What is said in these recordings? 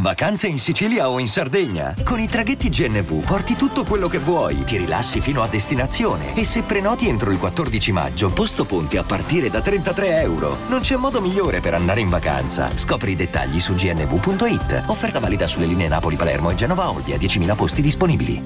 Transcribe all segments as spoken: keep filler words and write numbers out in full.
Vacanze in Sicilia o in Sardegna? Con i traghetti G N V porti tutto quello che vuoi, ti rilassi fino a destinazione e se prenoti entro il quattordici maggio, posto ponti a partire da trentatré euro. Non c'è modo migliore per andare in vacanza. Scopri i dettagli su g n v punto i t. Offerta valida sulle linee Napoli-Palermo e Genova-Olbia, diecimila posti disponibili.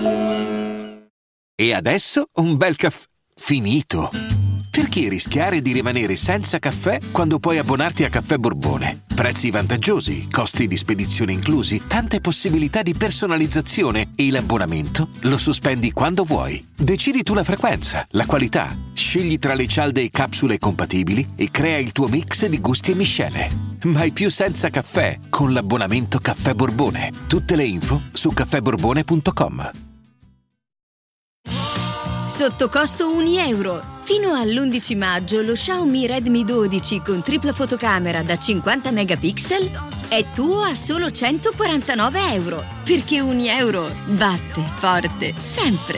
E adesso un bel caffè finito. Perché rischiare di rimanere senza caffè quando puoi abbonarti a Caffè Borbone? Prezzi vantaggiosi, costi di spedizione inclusi, tante possibilità di personalizzazione e l'abbonamento lo sospendi quando vuoi. Decidi tu la frequenza, la qualità, scegli tra le cialde e capsule compatibili e crea il tuo mix di gusti e miscele. Mai più senza caffè con l'abbonamento Caffè Borbone. Tutte le info su caffè borbone punto com. Sotto costo un euro. Fino all'undici maggio lo Xiaomi Redmi dodici con tripla fotocamera da cinquanta megapixel è tuo a solo centoquarantanove euro. Perché un euro batte forte sempre.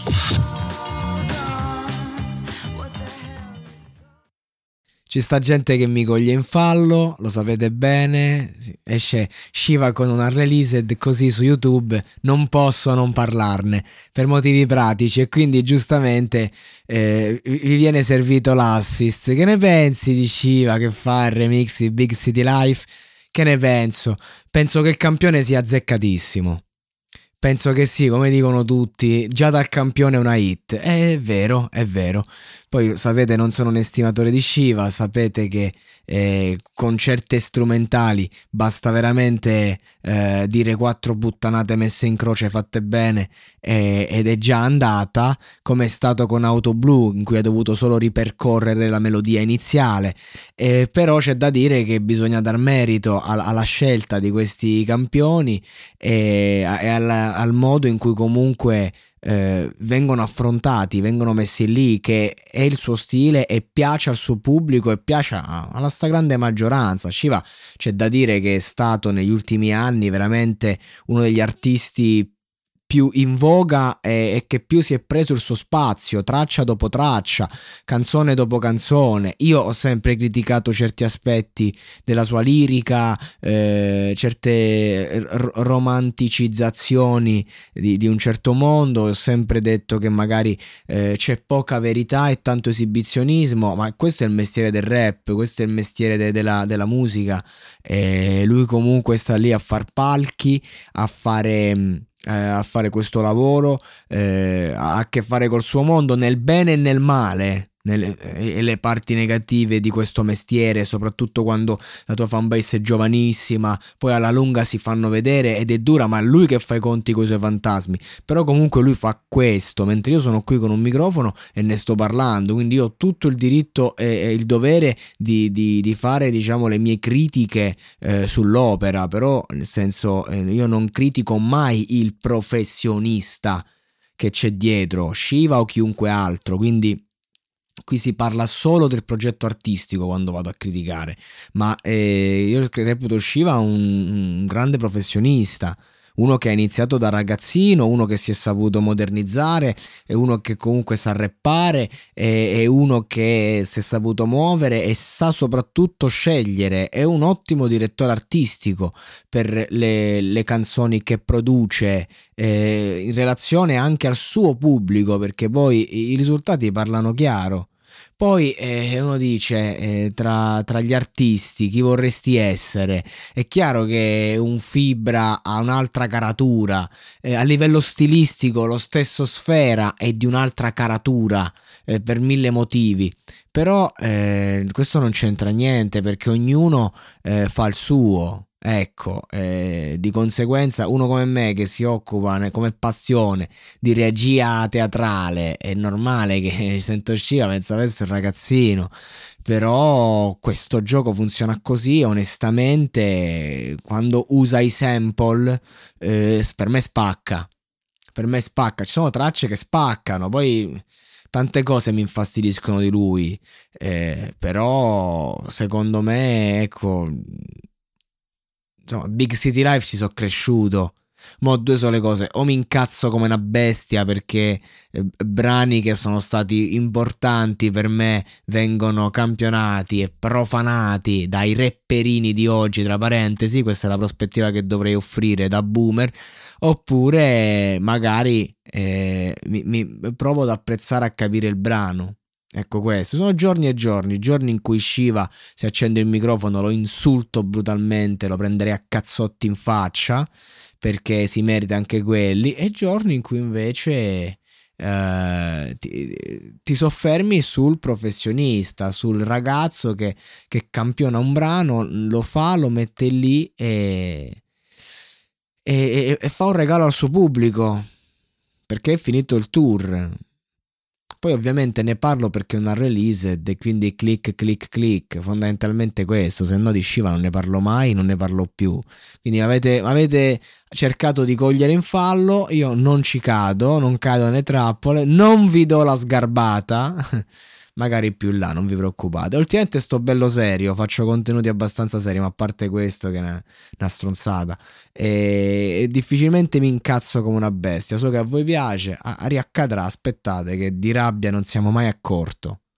Ci sta gente che mi coglie in fallo, lo sapete bene, esce Shiva con una released così su YouTube, non posso non parlarne per motivi pratici e quindi giustamente eh, vi viene servito l'assist. Che ne pensi di Shiva che fa il remix di Big City Life? Che ne penso? Penso che il campione sia azzeccatissimo. Penso che sì, come dicono tutti, già dal campione una hit. È vero, è vero. Poi sapete, non sono un estimatore di Shiva, sapete che eh, con certe strumentali basta veramente eh, dire quattro puttanate messe in croce fatte bene eh, ed è già andata, come è stato con Auto Blu, in cui ha dovuto solo ripercorrere la melodia iniziale. Eh, però c'è da dire che bisogna dar merito alla, alla scelta di questi campioni e, e alla, al modo in cui comunque Eh, vengono affrontati, vengono messi lì, che è il suo stile e piace al suo pubblico e piace alla stragrande maggioranza. Shiva, c'è da dire che è stato negli ultimi anni veramente uno degli artisti più in voga e, e che più si è preso il suo spazio, traccia dopo traccia, canzone dopo canzone. Io ho sempre criticato certi aspetti della sua lirica, eh, certe r- romanticizzazioni di, di un certo mondo. Ho sempre detto che magari eh, c'è poca verità e tanto esibizionismo, ma questo è il mestiere del rap, questo è il mestiere de- della, della musica. E lui comunque sta lì a far palchi, a fare... Eh, a fare questo lavoro, eh, ha a che fare col suo mondo nel bene e nel male, nelle, e le parti negative di questo mestiere, soprattutto quando la tua fanbase è giovanissima, poi alla lunga si fanno vedere ed è dura, ma è lui che fa i conti con i suoi fantasmi. Però comunque lui fa questo, mentre io sono qui con un microfono e ne sto parlando, quindi io ho tutto il diritto e, e il dovere di, di, di fare, diciamo, le mie critiche eh, sull'opera. Però nel senso, eh, io non critico mai il professionista che c'è dietro, Shiva o chiunque altro, quindi qui si parla solo del progetto artistico quando vado a criticare, ma eh, io reputo Shiva un, un grande professionista, uno che ha iniziato da ragazzino, uno che si è saputo modernizzare, è uno che comunque sa rappare, è, è uno che si è saputo muovere e sa soprattutto scegliere, è un ottimo direttore artistico per le, le canzoni che produce, eh, in relazione anche al suo pubblico, perché poi i risultati parlano chiaro. Poi eh, uno dice eh, tra, tra gli artisti chi vorresti essere? È chiaro che un Fibra ha un'altra caratura, eh, a livello stilistico lo stesso Sfera è di un'altra caratura eh, per mille motivi, però eh, questo non c'entra niente perché ognuno eh, fa il suo. Ecco, eh, di conseguenza uno come me che si occupa come passione di regia teatrale, è normale che sento Shiva, penso avesse un ragazzino, però questo gioco funziona così. Onestamente quando usa i sample eh, per me spacca, per me spacca, ci sono tracce che spaccano, poi tante cose mi infastidiscono di lui, eh, però secondo me, ecco, insomma, Big City Life ci sono cresciuto Mo due sono le cose: o mi incazzo come una bestia perché eh, brani che sono stati importanti per me vengono campionati e profanati dai rapperini di oggi, tra parentesi, questa è la prospettiva che dovrei offrire da boomer, oppure magari eh, mi, mi provo ad apprezzare, a capire il brano. Ecco, questo sono giorni e giorni, giorni in cui Shiva, se accende il microfono, lo insulto brutalmente, lo prenderei a cazzotti in faccia perché si merita anche quelli, e giorni in cui invece eh, ti, ti soffermi sul professionista, sul ragazzo che, che campiona un brano, lo fa, lo mette lì e, e, e fa un regalo al suo pubblico perché è finito il tour. Poi ovviamente ne parlo perché è una release e quindi click click click, fondamentalmente questo, se no di Shiva non ne parlo mai, non ne parlo più. Quindi avete, avete cercato di cogliere in fallo, io non ci cado, non cado nelle trappole, non vi do la sgarbata, magari più in là, non vi preoccupate. Ultimamente sto bello serio, faccio contenuti abbastanza seri, ma a parte questo che è una, una stronzata, e, e difficilmente mi incazzo come una bestia. So che a voi piace, a, a riaccadrà, aspettate che di rabbia non siamo mai a corto.